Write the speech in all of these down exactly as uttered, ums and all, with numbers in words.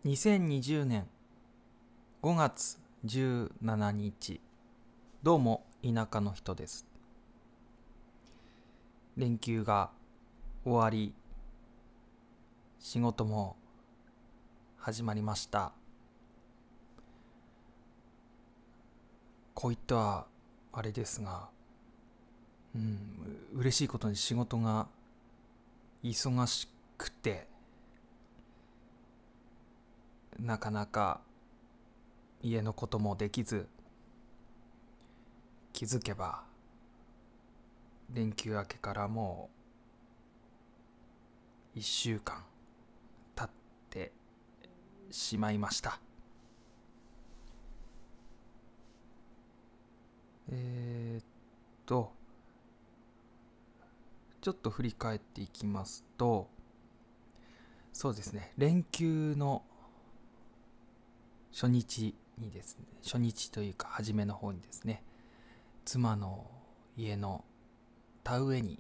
にせんにじゅうねんごがつじゅうしちにち、どうも田舎の人です。連休が終わり、仕事も始まりました。こういったはあれですが、うん、嬉しいことに仕事が忙しくて、なかなか家のこともできず、気づけば連休明けからもういっしゅうかん経ってしまいました。えー、っとちょっと振り返っていきますと、そうですね、連休の初日にですね、初日というか初めの方にですね、妻の家の田植えに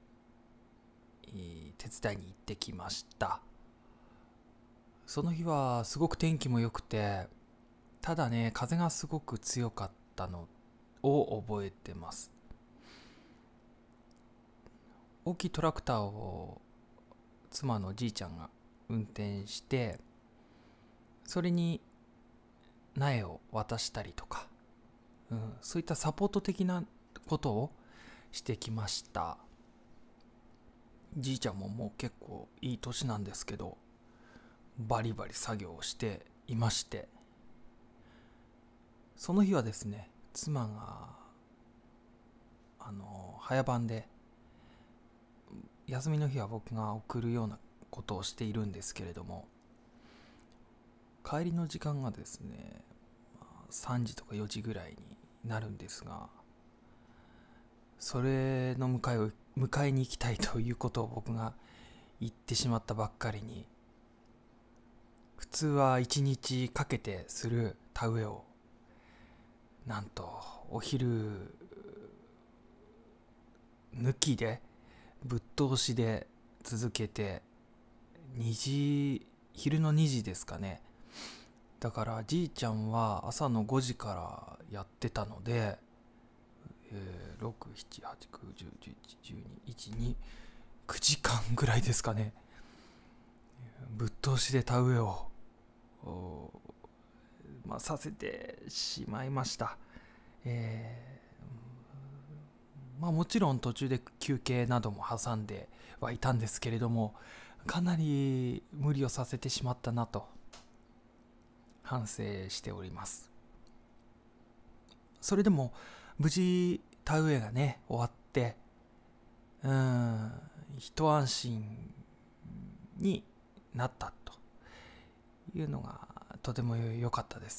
手伝いに行ってきました。その日はすごく天気も良くて、ただね、風がすごく強かったのを覚えてます。大きいトラクターを妻のじいちゃんが運転して、それに苗を渡したりとか、うん、そういったサポート的なことをしてきました。じいちゃんももう結構いい年なんですけど、バリバリ作業をしていまして、その日はですね、妻があの早番で、休みの日は僕が送るようなことをしているんですけれども、帰りの時間がですねさんじとかよじぐらいになるんですが、それの迎えを迎えに行きたいということを僕が言ってしまったばっかりに、普通はいちにちかけてする田植えをなんとお昼抜きでぶっ通しで続けて、にじ昼のにじですかね。だからじいちゃんは朝のごじからやってたので、えー、ろく、しち、はち、きゅう、じゅう、じゅういち、じゅうに、いち、に、くじかんぐらいですかね。ぶっ通しで田植えを、まあ、させてしまいました。えー、まあもちろん途中で休憩なども挟んではいたんですけれども、かなり無理をさせてしまったなと反省しております。それでも無事田植えがね終わって、うーん一安心になったというのがとても良かったです。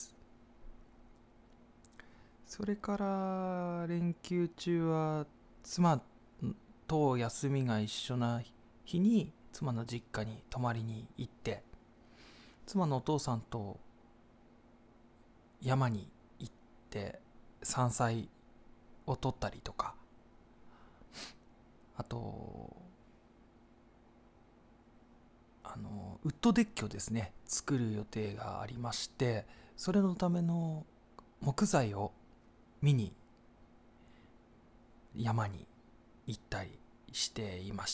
それから連休中は妻と休みが一緒な日に妻の実家に泊まりに行って、妻のお父さんと山に行って山菜を取ったりとか、あとあのウッドデッキをですね作る予定がありまして、それのための木材を見に山に行ったりしていました。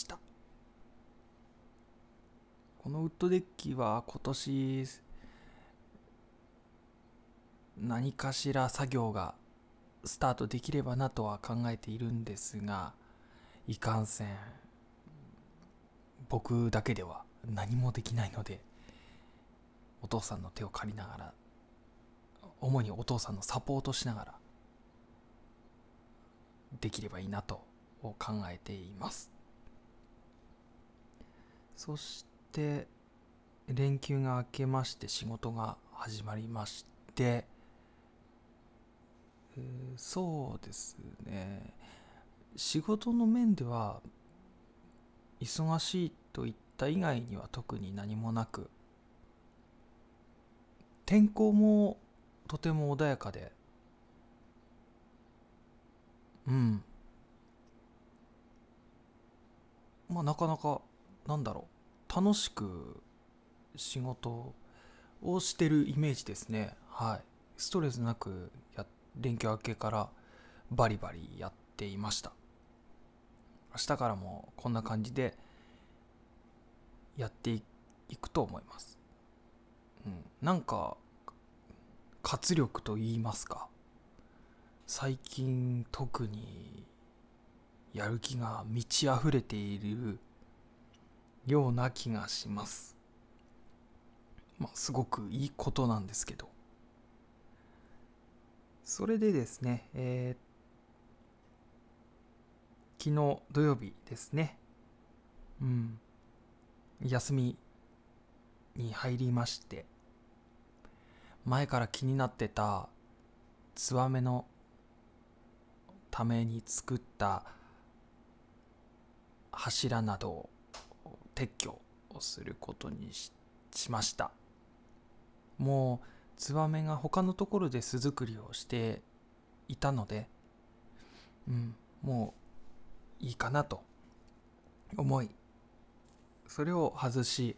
このウッドデッキは今年何かしら作業がスタートできればなとは考えているんですが、いかんせん僕だけでは何もできないので、お父さんの手を借りながら、主にお父さんのサポートしながらできればいいなと考えています。そして連休が明けまして仕事が始まりまして、えーそうですね、仕事の面では忙しいといった以外には特に何もなく、天候もとても穏やかで、うんまあなかなかなんだろう楽しく仕事をしてるイメージですね。はい。ストレスなくや連休明けからバリバリやっていました。明日からもこんな感じでやっていくと思います。うん、なんか活力と言いますか、最近特にやる気が満ち溢れているような気がします。まあすごくいいことなんですけど、それでですね、えー、昨日土曜日ですね、うん、休みに入りまして、前から気になってたツバメのために作った柱などを撤去をすることに し, しました。もうツバメが他のところで巣作りをしていたので、うん、もういいかなと思い、それを外し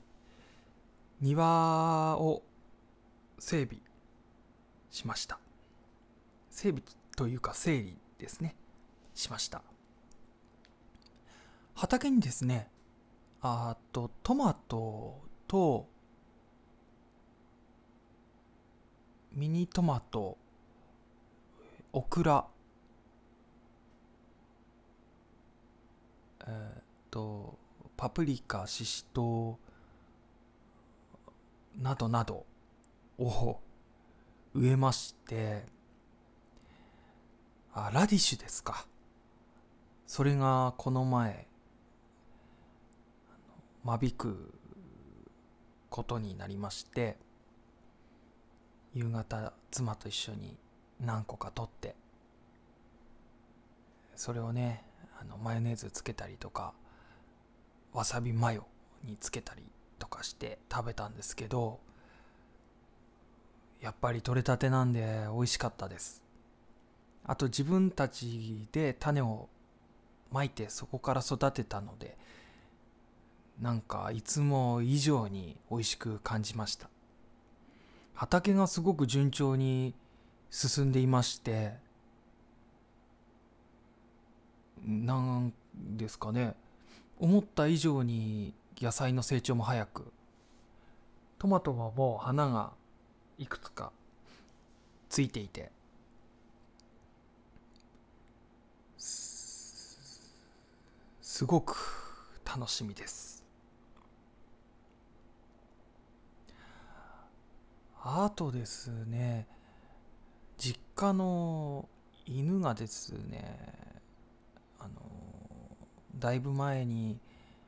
庭を整備しました。整備というか整理ですね、しました。畑にですね、あとトマトとミニトマト、オクラ、えー、とパプリカ、シシトウなどなどを植えまして、あラディッシュですか。それがこの前間引くことになりまして、夕方妻と一緒に何個か取って、それをね、あのマヨネーズつけたりとかわさびマヨにつけたりとかして食べたんですけど、やっぱり取れたてなんで美味しかったです。あと自分たちで種をまいてそこから育てたので、なんかいつも以上に美味しく感じました。畑がすごく順調に進んでいまして、なんですかね、思った以上に野菜の成長も早く、トマトはもう花がいくつかついていて、すすごく楽しみです。あとですね、実家の犬がですね、あのだいぶ前に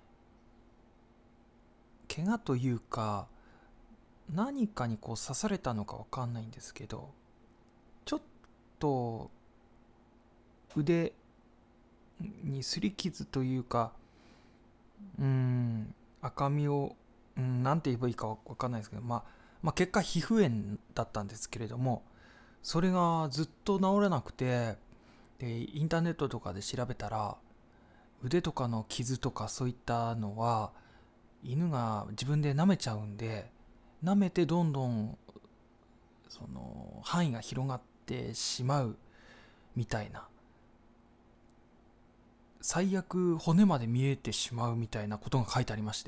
怪我というか何かにこう刺されたのかわかんないんですけど、ちょっと腕に擦り傷というか、うーん赤みを、うん、なんて言えばいいかわかんないですけど、まあ、まあ結果皮膚炎だったんですけれども、それがずっと治らなくて、でインターネットとかで調べたら、腕とかの傷とかそういったのは犬が自分で舐めちゃうんで、舐めてどんどんその範囲が広がってしまうみたいな、最悪骨まで見えてしまうみたいなことが書いてありまして、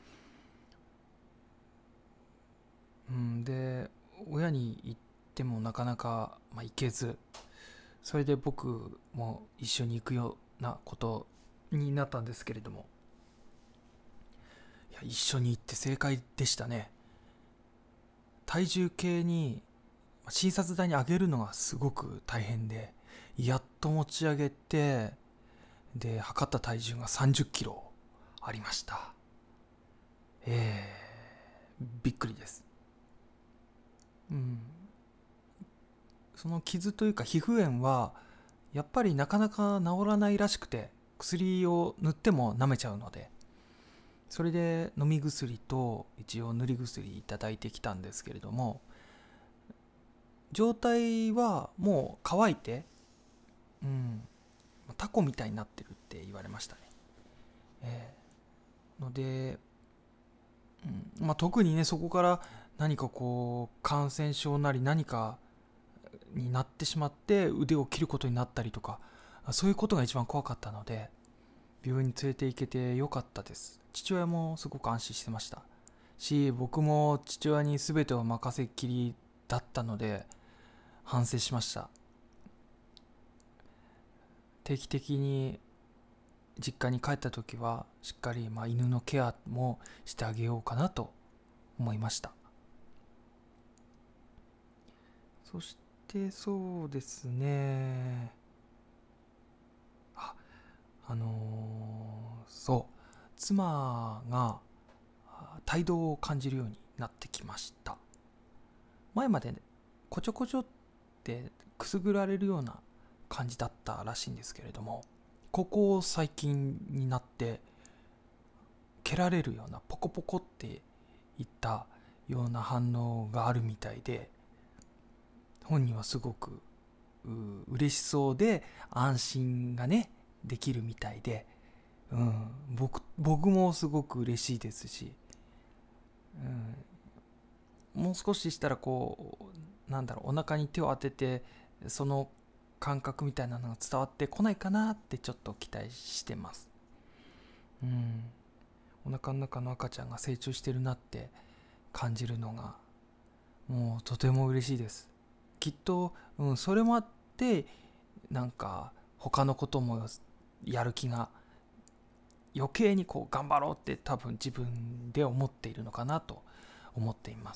うん、で親に言ってもなかなか、まあ、行けず、それで僕も一緒に行くようなことになったんですけれども、いや一緒に行って正解でしたね。体重計に診察台に上げるのがすごく大変で、やっと持ち上げて、で測った体重がさんじゅっキロありました。えー、びっくりです。うん、その傷というか皮膚炎はやっぱりなかなか治らないらしくて、薬を塗っても舐めちゃうので、それで飲み薬と一応塗り薬いただいてきたんですけれども、状態はもう乾いて、うん、タコみたいになってるって言われましたね。えー、ので、うんまあ、特にねそこから何かこう感染症なり何かになってしまって腕を切ることになったりとか、そういうことが一番怖かったので、病院に連れて行けてよかったです。父親もすごく安心してましたし、僕も父親に全てを任せっきりだったので反省しました。定期的に実家に帰った時はしっかりまあ犬のケアもしてあげようかなと思いました。そしてそうですね、あ、あのーそう妻が態度を感じるようになってきました。前まで、ね、こちょこちょってくすぐられるような感じだったらしいんですけれども、ここ最近になって蹴られるようなポコポコっていったような反応があるみたいで、本人はすごくう嬉しそうで安心がねできるみたいで、うん、僕僕もすごく嬉しいですし、うん、もう少ししたらこうなんだろう、お腹に手を当ててその感覚みたいなのが伝わってこないかなってちょっと期待してます。うん、お腹の中の赤ちゃんが成長してるなって感じるのがもうとても嬉しいです。きっと、うん、それもあってなんか他のこともやる気が余計にこう頑張ろうって多分自分で思っているのかなと思っています。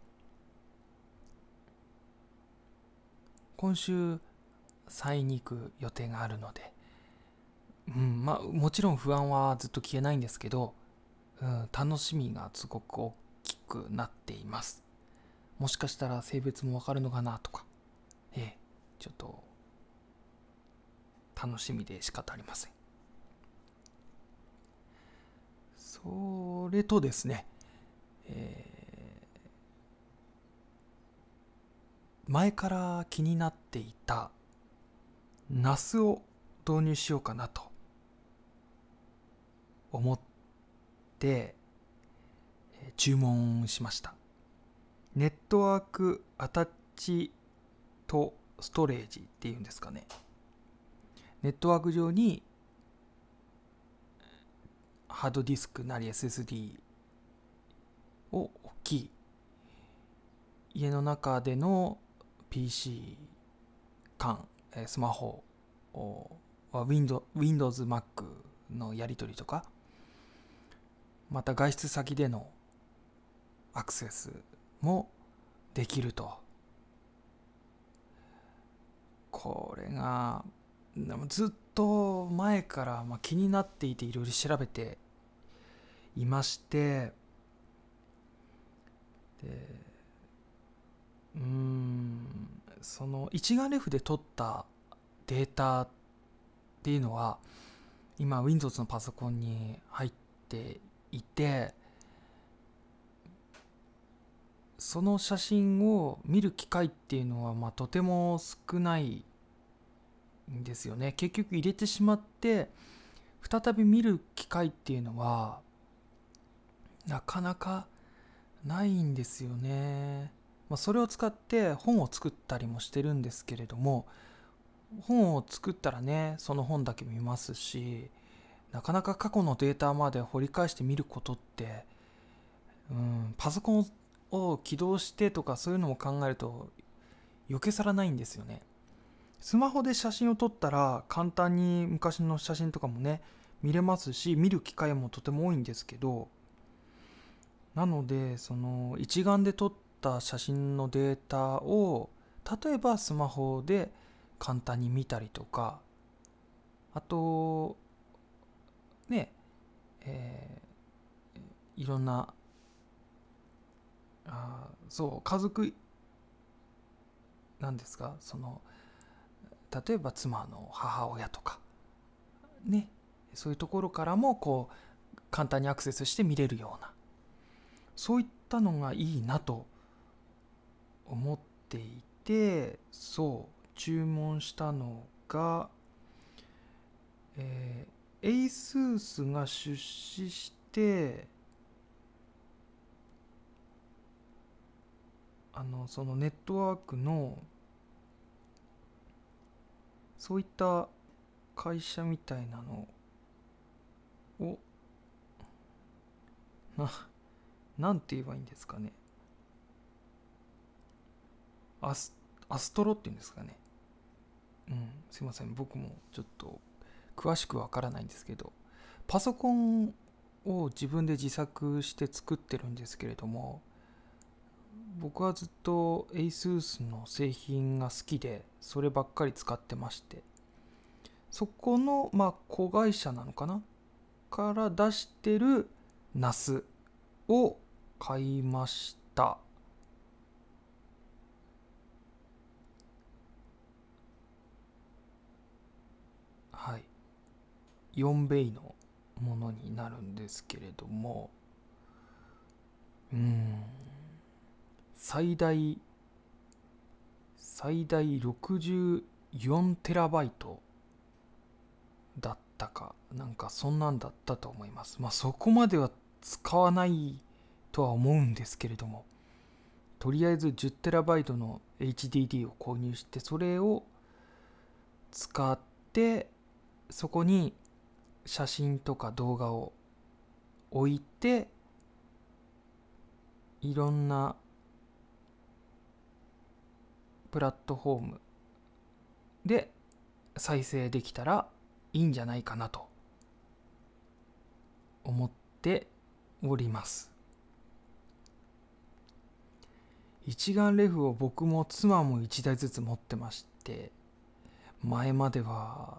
今週サイに行く予定があるので、うんまあ、もちろん不安はずっと消えないんですけど、うん、楽しみがすごく大きくなっています。もしかしたら性別もわかるのかなとか、ええ、ちょっと楽しみで仕方ありません。それとですね、えー前から気になっていたナスを導入しようかなと思って注文しました。ネットワークアタッチとストレージっていうんですかね。ネットワーク上にハードディスクなり エスエスディー を置き、家の中での ピーシー 間、スマホ、Windows、Mac のやり取りとか、また外出先でのアクセスもできると。これがずっと前から気になっていていろいろ調べていまして、でうーんその一眼レフで撮ったデータっていうのは今 Windows のパソコンに入っていて、その写真を見る機会っていうのはまあとても少ないんですよね。結局入れてしまって再び見る機会っていうのはなかなかないんですよね。まあ、それを使って本を作ったりもしてるんですけれども、本を作ったらねその本だけ見ますし、なかなか過去のデータまで掘り返して見ることって、うん、パソコンを起動してとかそういうのも考えると余計さらないんですよね。スマホで写真を撮ったら簡単に昔の写真とかもね見れますし、見る機会もとても多いんですけど、なのでその一眼で撮った写真のデータを例えばスマホで簡単に見たりとか、あとねえーいろんなあそう家族なんですか、その例えば妻の母親とかね、そういうところからもこう簡単にアクセスして見れるような、そういったのがいいなと思っていて、そう注文したのが、えー、ASUS が出資してあのそのネットワークのそういった会社みたいなのをななんて言えばいいんですかね。アスアストロっていうんですかね。うん、すいません、僕もちょっと詳しくわからないんですけど、パソコンを自分で自作して作ってるんですけれども、僕はずっと エイスース の製品が好きで、そればっかり使ってまして、そこの、まあ、子会社なのかなから出してる ナス を買いました。はい。よんベイのものになるんですけれども、うーん、最大、最大 ろくじゅうよんテラバイトだったか、なんかそんなんだったと思います。まあそこまでは使わないとは思うんですけれども、とりあえず じゅうテラバイトの エイチディーディー を購入して、それを使って、そこに写真とか動画を置いて、いろんなプラットフォームで再生できたらいいんじゃないかなと思っております。一眼レフを僕も妻もいちだいずつ持ってまして、前までは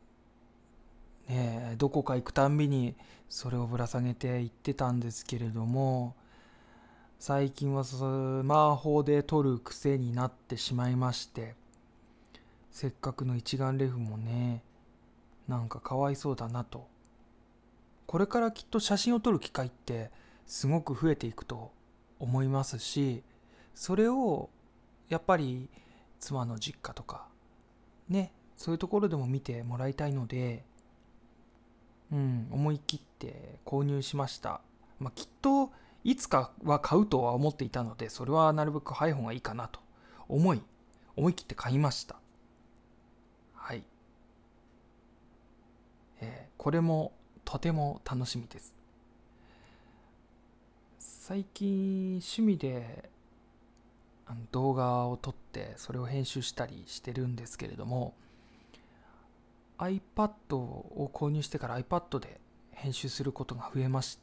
ね、どこか行くたんびにそれをぶら下げて行ってたんですけれども、最近はスマホで撮る癖になってしまいまして、せっかくの一眼レフもね、なんかかわいそうだなと。これからきっと写真を撮る機会ってすごく増えていくと思いますし、それをやっぱり妻の実家とかね、そういうところでも見てもらいたいので、うん、思い切って購入しました。まあ、きっといつかは買うとは思っていたので、それはなるべく早い方がいいかなと思い、思い切って買いました。はい。えーこれもとても楽しみです。最近趣味であの動画を撮ってそれを編集したりしてるんですけれども、 iPad を購入してから iPad で編集することが増えまして、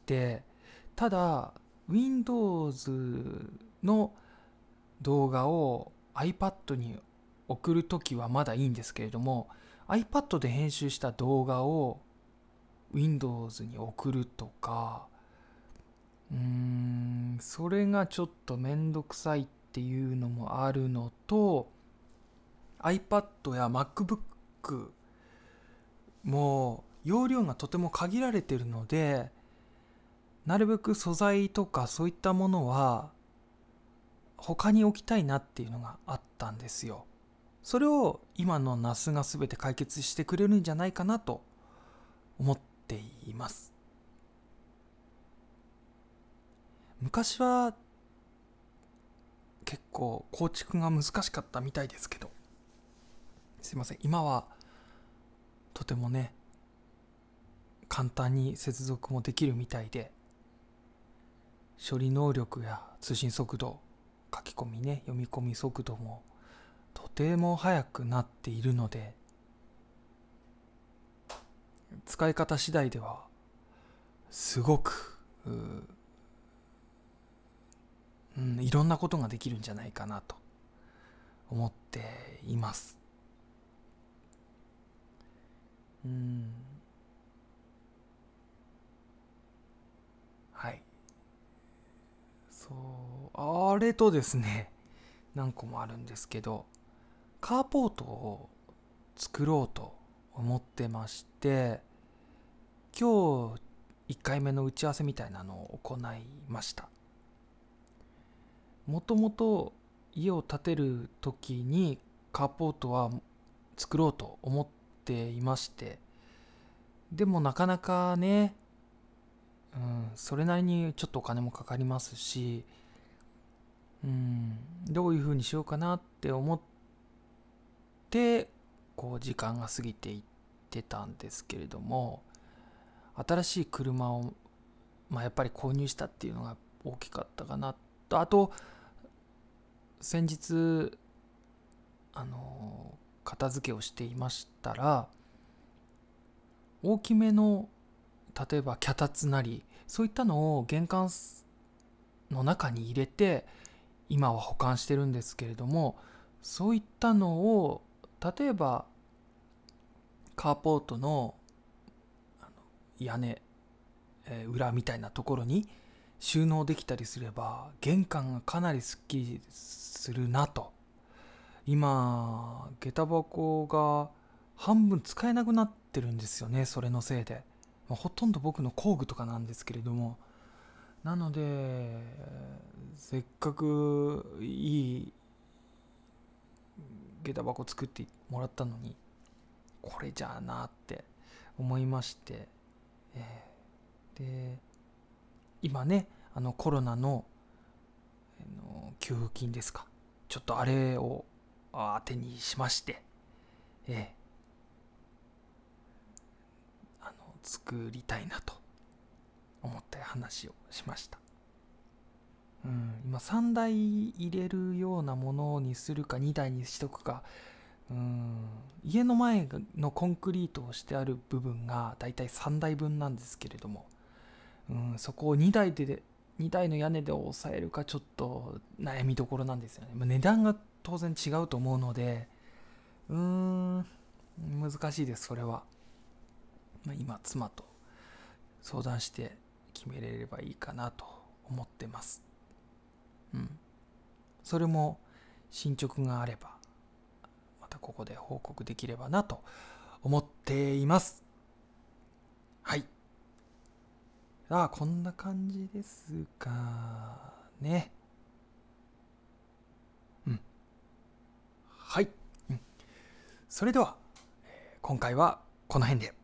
ただ Windows の動画を iPad に送るときはまだいいんですけれども、 iPad で編集した動画を Windows に送るとか、うーんそれがちょっとめんどくさいっていうのもあるのと、 iPad や MacBook も容量がとても限られているので、なるべく素材とかそういったものは他に置きたいなっていうのがあったんですよ。それを今の ナス が全て解決してくれるんじゃないかなと思っています。昔は結構構築が難しかったみたいですけど、すいません、今はとてもね簡単に接続もできるみたいで、処理能力や通信速度、書き込みね、読み込み速度もとても速くなっているので、使い方次第ではすごくう、うん、いろんなことができるんじゃないかなと思っています。うん、はい。そう、あれとですね、何個もあるんですけど、カーポートを作ろうと思ってまして、今日いっかいめの打ち合わせみたいなのを行いました。もともと家を建てる時にカーポートは作ろうと思っていまして、でもなかなかね、うん、それなりにちょっとお金もかかりますし、 うんどういうふうにしようかなって思ってこう時間が過ぎていってたんですけれども、新しい車を、まあ、やっぱり購入したっていうのが大きかったかなと。あと先日あの片付けをしていましたら、大きめの例えば脚立なりそういったのを玄関の中に入れて今は保管してるんですけれども、そういったのを例えばカーポートの屋根、えー裏みたいなところに収納できたりすれば玄関がかなりすっきりするなと。今下駄箱が半分使えなくなってるんですよね、それのせいで。まあ、ほとんど僕の工具とかなんですけれども、なのでせっかくいい下駄箱作ってもらったのにこれじゃあなって思いまして、えーで今ねあのコロナの、あの給付金ですか、ちょっとあれを当てにしまして、えーあの作りたいなと思って話をしました。うん、今さんだい入れるようなものにするかにだいにしとくか、うん、家の前のコンクリートをしてある部分がだいたいさんだいぶんなんですけれども、うん、そこをにだいでにだいの屋根で抑えるかちょっと悩みどころなんですよね。値段が当然違うと思うので、うーん難しいです、それは。まあ、今妻と相談して決めれればいいかなと思ってます。うん、それも進捗があればまたここで報告できればなと思っています。はい。ああ、こんな感じですかね。うん。はい。うん。それでは、えー今回はこの辺で。